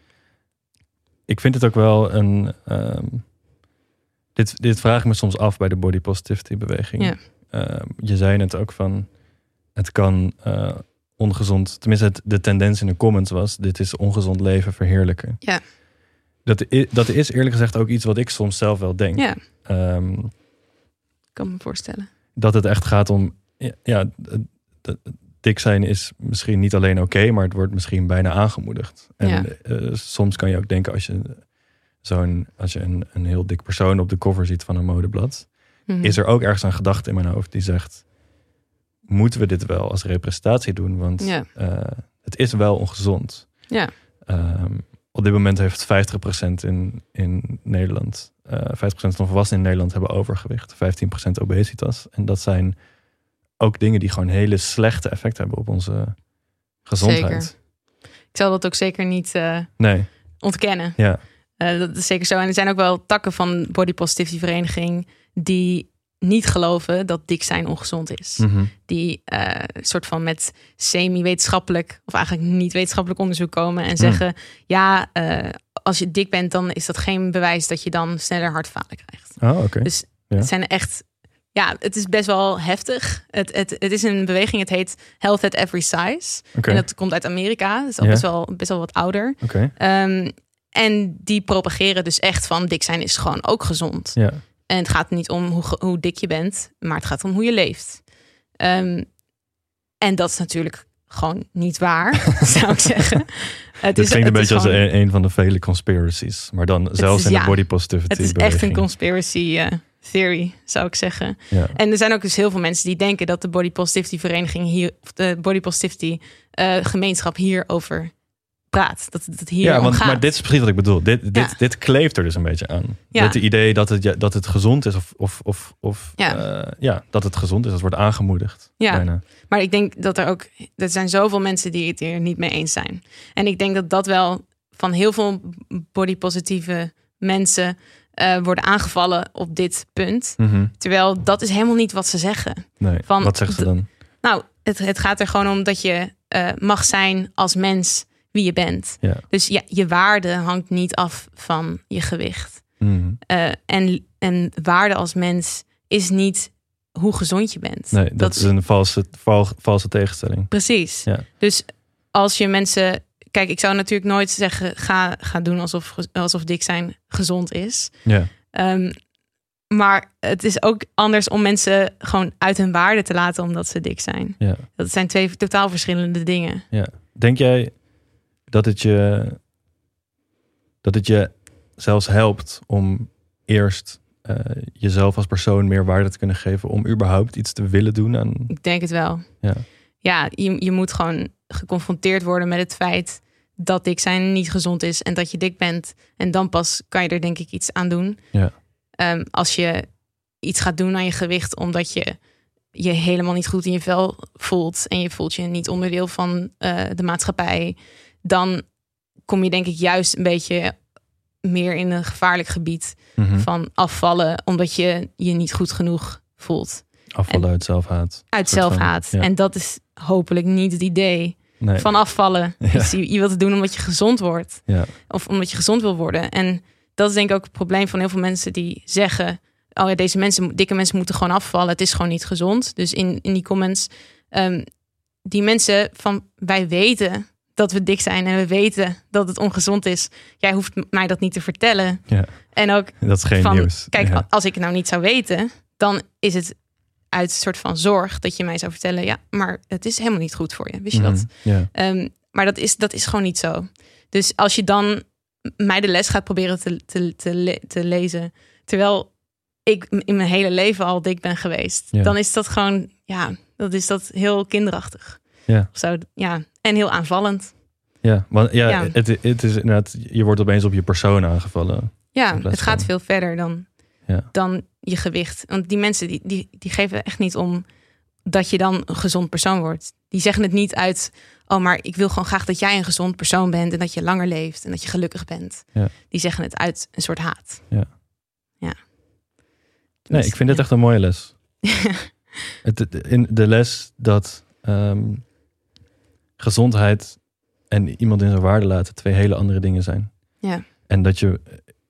Ik vind het ook wel een... Um, dit, dit vraag ik me soms af bij de body positivity beweging. Ja. Um, je zei net ook van... Het kan uh, ongezond... Tenminste, het, de tendens in de comments was... Dit is ongezond leven verheerlijken. Ja. Dat is, dat is eerlijk gezegd ook iets wat ik soms zelf wel denk. Ja, Um, ik kan me voorstellen. dat het echt gaat om... Ja, ja d- d- dik zijn is misschien niet alleen oké... maar het wordt misschien bijna aangemoedigd. En Ja. uh, soms kan je ook denken... als je, zo'n, als je een, een heel dik persoon op de cover ziet van een modeblad... Mhm. is er ook ergens een gedachte in mijn hoofd die zegt... moeten we dit wel als representatie doen? Want Ja. uh, het is wel ongezond. Ja. Um, op dit moment heeft vijftig procent in, in Nederland... Uh, vijftig procent van volwassenen in Nederland hebben overgewicht. vijftien procent obesitas. En dat zijn ook dingen die gewoon hele slechte effecten hebben op onze gezondheid. Zeker. Ik zal dat ook zeker niet uh, Nee, ontkennen. ja. Uh, dat is zeker zo. En er zijn ook wel takken van body positivity vereniging die niet geloven dat dik zijn ongezond is. Mm-hmm. Die uh, soort van met semi-wetenschappelijk of eigenlijk niet wetenschappelijk onderzoek komen en zeggen, mm. ja, uh, als je dik bent, dan is dat geen bewijs dat je dan sneller hartfalen krijgt. Oh, okay. Dus ja. het zijn echt, ja, het is best wel heftig. Het, het, het is een beweging, het heet Health at Every Size. Okay. En dat komt uit Amerika, dus al ja. best wel best wel wat ouder. Okay. Um, en die propageren dus echt van dik zijn is gewoon ook gezond. Ja. En het gaat niet om hoe, hoe dik je bent, maar het gaat om hoe je leeft. Um, en dat is natuurlijk gewoon niet waar, zou ik zeggen. Het is, klinkt een beetje gewoon, als een, een van de vele conspiracies. Maar dan zelfs is, in de ja, body positivity Het is beweging. echt een conspiracy uh, theory, zou ik zeggen. Ja. En er zijn ook dus heel veel mensen die denken dat de body positivity vereniging hier, of de body positivity uh, gemeenschap hierover praat. Dat het hier ja, om want, gaat. maar dit is precies wat ik bedoel. Dit, dit, ja. dit kleeft er dus een beetje aan. Ja. Het idee dat het, dat het gezond is of, of, of, of ja. Uh, ja, dat het gezond is. Dat wordt aangemoedigd. Ja, bijna. Maar ik denk dat er ook, er zijn zoveel mensen die het hier niet mee eens zijn. En ik denk dat dat wel van heel veel body positieve mensen uh, worden aangevallen op dit punt. Mm-hmm. Terwijl dat is helemaal niet wat ze zeggen. Nee, van, wat zeggen ze dan? Nou, het, het gaat er gewoon om dat je uh, mag zijn als mens wie je bent. Ja. Dus ja, je waarde hangt niet af van je gewicht. Mm-hmm. Uh, en, en waarde als mens is niet hoe gezond je bent. Nee, dat, dat is een valse, val, valse tegenstelling. Precies. Ja. Dus als je mensen... Kijk, ik zou natuurlijk nooit zeggen, ga, ga doen alsof, alsof dik zijn gezond is. Ja. Um, maar het is ook anders om mensen gewoon uit hun waarde te laten omdat ze dik zijn. Ja. Dat zijn twee totaal verschillende dingen. Ja. Denk jij dat het je dat het je zelfs helpt om eerst uh, jezelf als persoon meer waarde te kunnen geven om überhaupt iets te willen doen aan? Ik denk het wel. Ja, ja je, je moet gewoon geconfronteerd worden met het feit dat dik zijn niet gezond is en dat je dik bent. En dan pas kan je er denk ik iets aan doen. Ja. Um, als je iets gaat doen aan je gewicht omdat je je helemaal niet goed in je vel voelt en je voelt je niet onderdeel van uh, de maatschappij, dan kom je denk ik juist een beetje meer in een gevaarlijk gebied mm-hmm. van afvallen omdat je je niet goed genoeg voelt. Afvallen en uit zelfhaat. Uit zelfhaat. Van, ja. En dat is hopelijk niet het idee nee. van afvallen. Ja. Dus je, je wilt het doen omdat je gezond wordt. Ja. Of omdat je gezond wil worden. En dat is denk ik ook het probleem van heel veel mensen die zeggen, oh ja, deze mensen, dikke mensen moeten gewoon afvallen. Het is gewoon niet gezond. Dus in, in die comments, um, die mensen van, wij weten dat we dik zijn en we weten dat het ongezond is. Jij hoeft mij dat niet te vertellen. Ja. En ook dat is geen van, nieuws. Kijk, ja. als ik het nou niet zou weten, dan is het uit een soort van zorg dat je mij zou vertellen, ja, maar het is helemaal niet goed voor je. Wist je mm-hmm. dat? Ja. Um, maar dat is, dat is gewoon niet zo. Dus als je dan mij de les gaat proberen te, te, te, le- te lezen, terwijl ik in mijn hele leven al dik ben geweest, ja. dan is dat gewoon, ja, dat is dat heel kinderachtig. Ja. Of zo, ja. En heel aanvallend. Ja, want ja, ja. Het, het is inderdaad, je wordt opeens op je persoon aangevallen. Ja, het gaat veel verder dan, ja. dan je gewicht. Want die mensen die, die, die geven echt niet om dat je dan een gezond persoon wordt. Die zeggen het niet uit, oh, maar ik wil gewoon graag dat jij een gezond persoon bent en dat je langer leeft en dat je gelukkig bent. Ja. Die zeggen het uit een soort haat. Ja. Ja. Nee, ik vind dit echt een mooie les. het, in de les dat um, gezondheid en iemand in zijn waarde laten twee hele andere dingen zijn. Ja. En dat je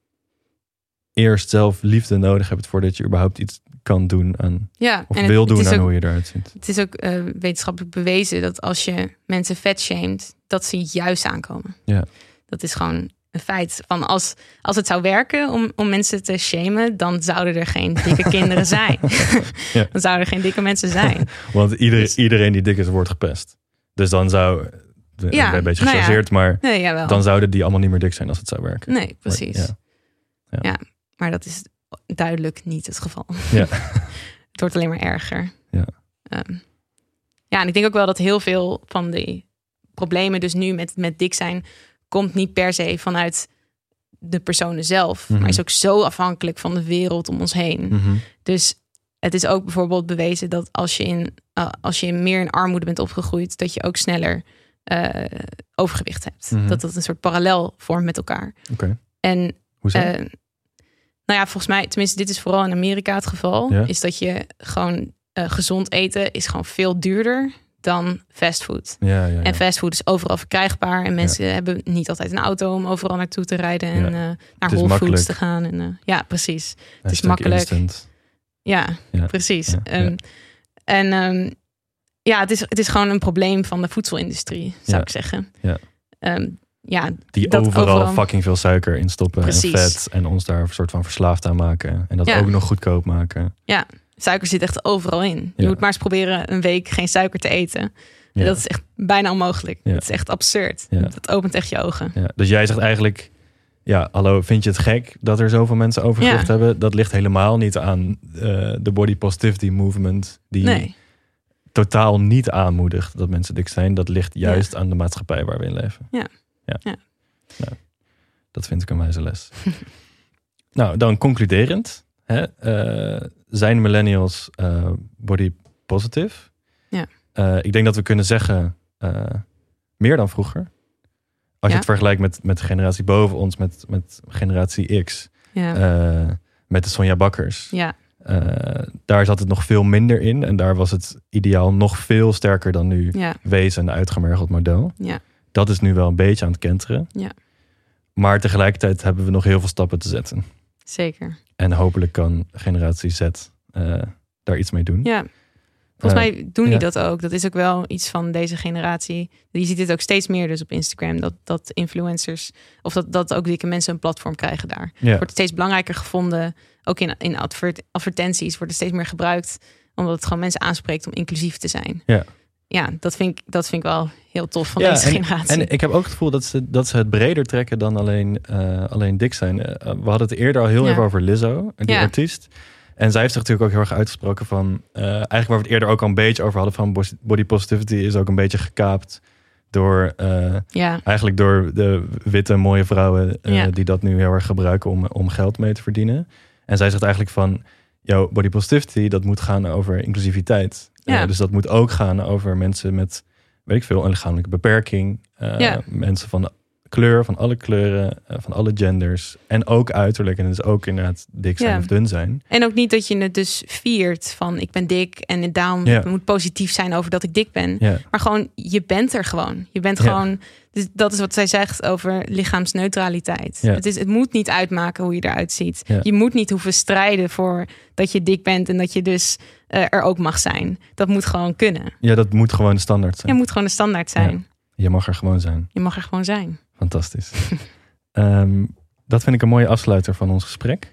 eerst zelf liefde nodig hebt voordat je überhaupt iets kan doen aan, ja, of en wil het, doen het aan ook, hoe je eruit ziet. Het is ook uh, wetenschappelijk bewezen dat als je mensen vet shamed, dat ze juist aankomen. Ja. Dat is gewoon een feit. Van als, als het zou werken om, om mensen te shamen, dan zouden er geen dikke kinderen zijn. Ja. Dan zouden er geen dikke mensen zijn. Want iedereen, dus, iedereen die dik is, wordt gepest. Dus dan zou, ja, een beetje nou gechargeerd, ja. maar nee, dan zouden die allemaal niet meer dik zijn als het zou werken. Nee, precies. Maar, ja. Ja. ja, maar dat is duidelijk niet het geval. Ja. Het wordt alleen maar erger. Ja. Um, ja, en ik denk ook wel dat heel veel van die problemen dus nu met, met dik zijn, komt niet per se vanuit de personen zelf. Mm-hmm. Maar is ook zo afhankelijk van de wereld om ons heen. Mm-hmm. Dus het is ook bijvoorbeeld bewezen dat als je, in, uh, als je meer in armoede bent opgegroeid, dat je ook sneller uh, overgewicht hebt. Mm-hmm. Dat dat een soort parallel vormt met elkaar. Okay. En Hoezo? Uh, Nou ja, volgens mij, tenminste, dit is vooral in Amerika het geval. Ja? Is dat je gewoon uh, gezond eten is gewoon veel duurder dan fastfood. Ja, ja, ja. En fastfood is overal verkrijgbaar. En mensen ja. hebben niet altijd een auto om overal naartoe te rijden. En ja. uh, naar Whole Foods te gaan. En, uh, ja, precies. Ja, het is makkelijk. Instant. Ja, ja, precies. Ja, um, ja. En um, ja, het is, het is gewoon een probleem van de voedselindustrie, zou ja. ik zeggen. Ja. Um, ja, die overal, overal fucking veel suiker in stoppen en vet. En ons daar een soort van verslaafd aan maken. En dat ja. ook nog goedkoop maken. Ja, suiker zit echt overal in. Je ja. moet maar eens proberen een week geen suiker te eten. Ja. Dat is echt bijna onmogelijk. Ja. Het is echt absurd. Ja. Dat opent echt je ogen. Ja. Dus jij zegt eigenlijk... Ja, hallo, vind je het gek dat er zoveel mensen overgewicht ja. hebben? Dat ligt helemaal niet aan uh, de body positivity movement. Die nee. totaal niet aanmoedigt dat mensen dik zijn. Dat ligt juist ja. aan de maatschappij waar we in leven. Ja. Ja. ja. Nou, dat vind ik een wijze les. Nou, dan concluderend. Hè, uh, zijn millennials uh, body positive? Ja. Uh, ik denk dat we kunnen zeggen uh, meer dan vroeger. Als je ja. het vergelijkt met, met de generatie boven ons, met, met generatie X, ja. uh, met de Sonja Bakkers. Ja. Uh, daar zat het nog veel minder in. En daar was het ideaal nog veel sterker dan nu. Ja. Wees een uitgemergeld model. Ja. Dat is nu wel een beetje aan het kenteren. Ja. Maar tegelijkertijd hebben we nog heel veel stappen te zetten. Zeker. En hopelijk kan generatie Z uh, daar iets mee doen. Ja. Volgens uh, mij doen die ja. dat ook. Dat is ook wel iets van deze generatie. Je ziet dit ook steeds meer dus op Instagram. Dat, dat influencers, of dat, dat ook dikke mensen een platform krijgen daar. Ja. Wordt steeds belangrijker gevonden. Ook in, in advert, advertenties wordt het steeds meer gebruikt. Omdat het gewoon mensen aanspreekt om inclusief te zijn. Ja. Ja, dat vind ik, dat vind ik wel heel tof van ja, deze en, generatie. En ik heb ook het gevoel dat ze, dat ze het breder trekken dan alleen, uh, alleen dik zijn. Uh, we hadden het eerder al heel ja. even over Lizzo, die ja. artiest. En zij heeft zich natuurlijk ook heel erg uitgesproken van... Uh, eigenlijk waar we het eerder ook al een beetje over hadden... van body positivity is ook een beetje gekaapt... door uh, ja. eigenlijk door de witte mooie vrouwen... Uh, ja. die dat nu heel erg gebruiken om, om geld mee te verdienen. En zij zegt eigenlijk van... Yo, body positivity, dat moet gaan over inclusiviteit. Ja. Uh, dus dat moet ook gaan over mensen met... weet ik veel, een lichamelijke beperking. Uh, ja. Mensen van kleur, van alle kleuren, uh, van alle genders. En ook uiterlijk. En dus ook inderdaad dik zijn ja. of dun zijn. En ook niet dat je het dus viert van ik ben dik. En daarom ja. moet positief zijn over dat ik dik ben. Ja. Maar gewoon, je bent er gewoon. Je bent ja. gewoon... Dus dat is wat zij zegt over lichaamsneutraliteit. Ja. Het, is, het moet niet uitmaken hoe je eruit ziet. Ja. Je moet niet hoeven strijden voor dat je dik bent. En dat je dus uh, er ook mag zijn. Dat moet gewoon kunnen. Ja, dat moet gewoon de standaard zijn. Je moet gewoon de standaard zijn. Ja. Je mag er gewoon zijn. Je mag er gewoon zijn. Fantastisch. um, dat vind ik een mooie afsluiter van ons gesprek.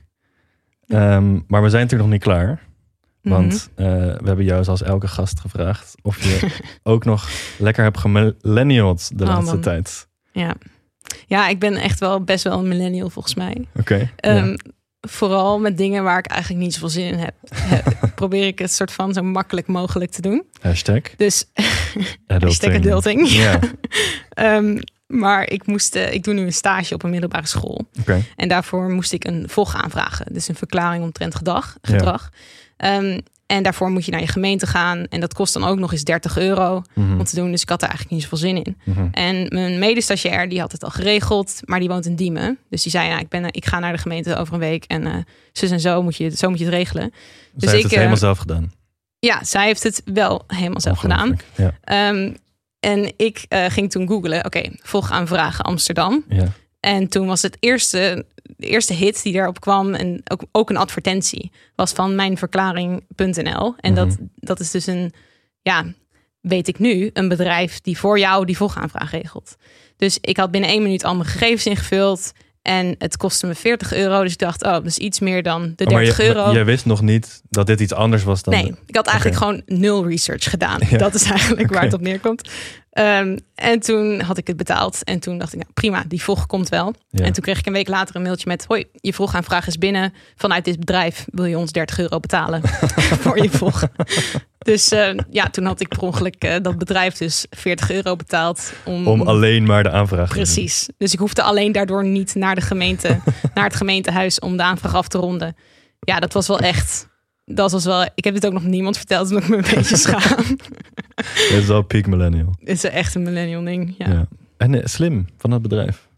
Um, maar we zijn natuurlijk nog niet klaar. Want uh, we hebben jou zoals elke gast gevraagd... of je ook nog lekker hebt gemillenniald de oh, laatste man. tijd. Ja. ja, ik ben echt wel best wel een millennial volgens mij. Oké. Okay, um, ja. Vooral met dingen waar ik eigenlijk niet zoveel zin in heb. probeer ik het soort van zo makkelijk mogelijk te doen. Hashtag. Dus adulting. Hashtag adulting. Ja. um, maar ik moest, uh, ik doe nu een stage op een middelbare school. Okay. En daarvoor moest ik een V O G aanvragen. Dus een verklaring omtrent gedag, gedrag. Ja. Um, en daarvoor moet je naar je gemeente gaan. En dat kost dan ook nog eens dertig euro mm-hmm. om te doen. Dus ik had er eigenlijk niet zoveel zin in. Mm-hmm. En mijn medestagiair die had het al geregeld. Maar die woont in Diemen. Dus die zei, ja, ik, ben, ik ga naar de gemeente over een week. En uh, zus en zo moet, je, zo moet je het regelen. Zij dus heeft ik, het helemaal uh, zelf gedaan? Ja, zij heeft het wel helemaal zelf gedaan. Ja. Um, en ik uh, ging toen googlen. Oké, okay, volg aanvragen Amsterdam. Ja. En toen was het eerste, de eerste hit die daarop kwam... en ook, ook een advertentie, was van mijnverklaring punt n l. En mm-hmm. dat, dat is dus een, ja, weet ik nu... een bedrijf die voor jou die volgaanvraag regelt. Dus ik had binnen één minuut al mijn gegevens ingevuld... en het kostte me veertig euro. Dus ik dacht, oh, dat is iets meer dan de dertig euro. Maar jij wist nog niet dat dit iets anders was dan... Nee, de... ik had eigenlijk okay. gewoon nul research gedaan. Ja. Dat is eigenlijk okay. waar het op neerkomt. Um, en toen had ik het betaald. En toen dacht ik, nou prima, die volg komt wel. Ja. En toen kreeg ik een week later een mailtje met... hoi, je volgaanvraag is binnen. Vanuit dit bedrijf wil je ons dertig euro betalen voor je volg. Dus uh, ja, toen had ik per ongeluk uh, dat bedrijf dus veertig euro betaald. Om, om alleen maar de aanvraag Precies. te doen. Dus ik hoefde alleen daardoor niet naar de gemeente, naar het gemeentehuis om de aanvraag af te ronden. Ja, dat was wel echt... Dat was wel, ik heb dit ook nog niemand verteld, omdat ik me een beetje schaam. Het is wel peak millennial. Het is echt een millennial ding, ja. ja. En uh, slim van dat bedrijf.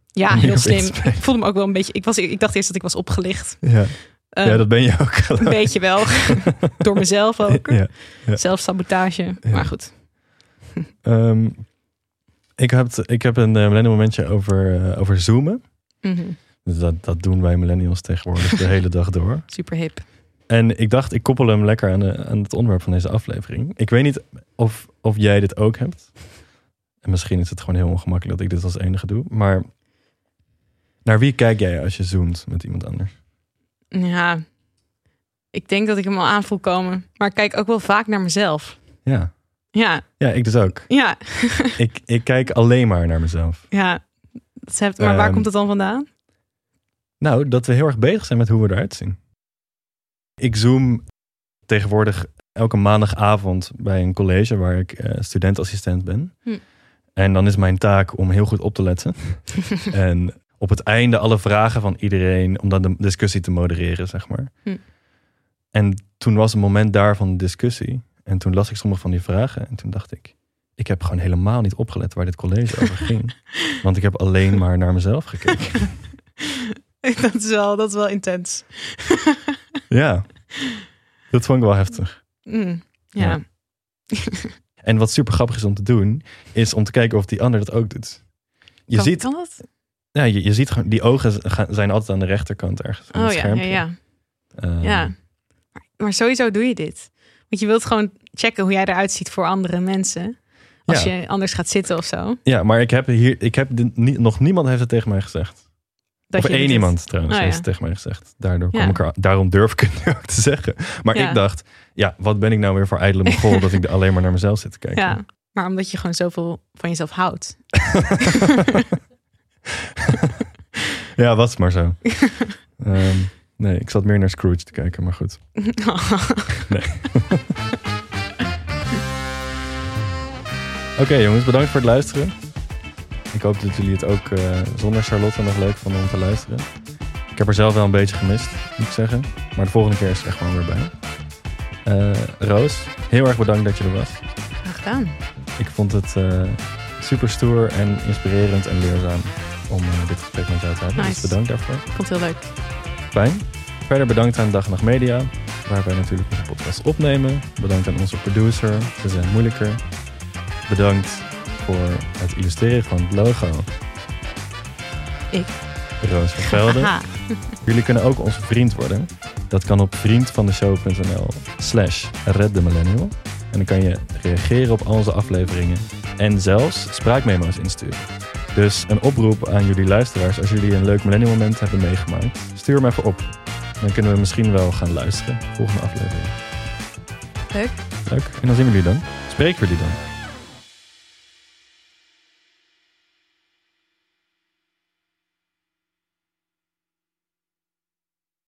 Ja, Om heel hierop in slim. te spelen. Ik voelde me ook wel een beetje... Ik, was, ik dacht eerst dat ik was opgelicht. Ja, Uh, ja dat ben je ook. Een beetje wel. Door mezelf ook. Ja, ja. Zelfsabotage. Ja. Maar goed. Um, ik, heb, ik heb een uh, millennial momentje over, uh, over zoomen. Mm-hmm. Dus dat, dat doen wij millennials tegenwoordig de hele dag door. Super hip. En ik dacht, ik koppel hem lekker aan, de, aan het onderwerp van deze aflevering. Ik weet niet of, of jij dit ook hebt. En misschien is het gewoon heel ongemakkelijk dat ik dit als enige doe. Maar naar wie kijk jij als je zoomt met iemand anders? Ja, ik denk dat ik hem al aan voel komen. Maar ik kijk ook wel vaak naar mezelf. Ja, Ja, ja ik dus ook. ja, ik, ik kijk alleen maar naar mezelf. ja. Dat is heftig. Maar waar Ehm, komt het dan vandaan? Nou, dat we heel erg bezig zijn met hoe we eruit zien. Ik zoom tegenwoordig elke maandagavond bij een college waar ik uh, studentassistent ben. Hm. En dan is mijn taak om heel goed op te letten. En op het einde alle vragen van iedereen, om dan de discussie te modereren, zeg maar. Hm. En toen was een moment daar van de discussie. En toen las ik sommige van die vragen. En toen dacht ik, ik heb gewoon helemaal niet opgelet waar dit college over ging. Want ik heb alleen maar naar mezelf gekeken. Dat is wel, dat is wel intens. Ja, dat vond ik wel heftig. Mm, ja. Ja. En wat super grappig is om te doen, is om te kijken of die ander dat ook doet. Je kan, ziet, kan dat? ja, je, je ziet gewoon, die ogen gaan- zijn altijd aan de rechterkant ergens van Oh het ja, ja, schermpje. ja. Ehm, ja. Maar, maar sowieso doe je dit. Want je wilt gewoon checken hoe jij eruit ziet voor andere mensen. Als Ja. je anders gaat zitten of zo. ja, maar ik heb hier, ik heb dit niet, nog niemand heeft het tegen mij gezegd. Dat of je één dit- iemand trouwens Oh, heeft ja. het tegen mij gezegd. Daardoor Ja. kom ik er, daarom durf ik het nu ook te zeggen. Maar Ja. ik dacht, ja, wat ben ik nou weer voor ijdele mogol dat ik er alleen maar naar mezelf zit te kijken. Ja, maar omdat je gewoon zoveel van jezelf houdt. Ja, was maar zo. Ehm, nee, ik zat meer naar Scrooge te kijken, maar goed. Nee. Oké jongens, bedankt voor het luisteren. Ik hoop dat jullie het ook uh, zonder Charlotte nog leuk vonden om te luisteren. Ik heb er zelf wel een beetje gemist, moet ik zeggen. Maar de volgende keer is er echt gewoon weer bij. Uh, Roos, heel erg bedankt dat je er was. Graag gedaan. Ik vond het uh, super stoer en inspirerend en leerzaam om uh, dit gesprek met jou te hebben. Nice. Dus bedankt daarvoor. Ik vond het heel leuk. Fijn. Verder bedankt aan Dag en Nacht Media, waar wij natuurlijk onze podcast opnemen. Bedankt aan onze producer, ze zijn moeilijker. Bedankt voor het illustreren van het logo. Ik. Roos van Velden. Aha. Jullie kunnen ook onze vriend worden. Dat kan op vriendvandeshow.nl slash reddemillennial. En dan kan je reageren op al onze afleveringen. En zelfs spraakmemo's insturen. Dus een oproep aan jullie luisteraars. Als jullie een leuk millennial moment hebben meegemaakt. Stuur hem even op. Dan kunnen we misschien wel gaan luisteren. Volgende aflevering. Leuk. Leuk. En dan zien we jullie dan. Spreken we jullie dan.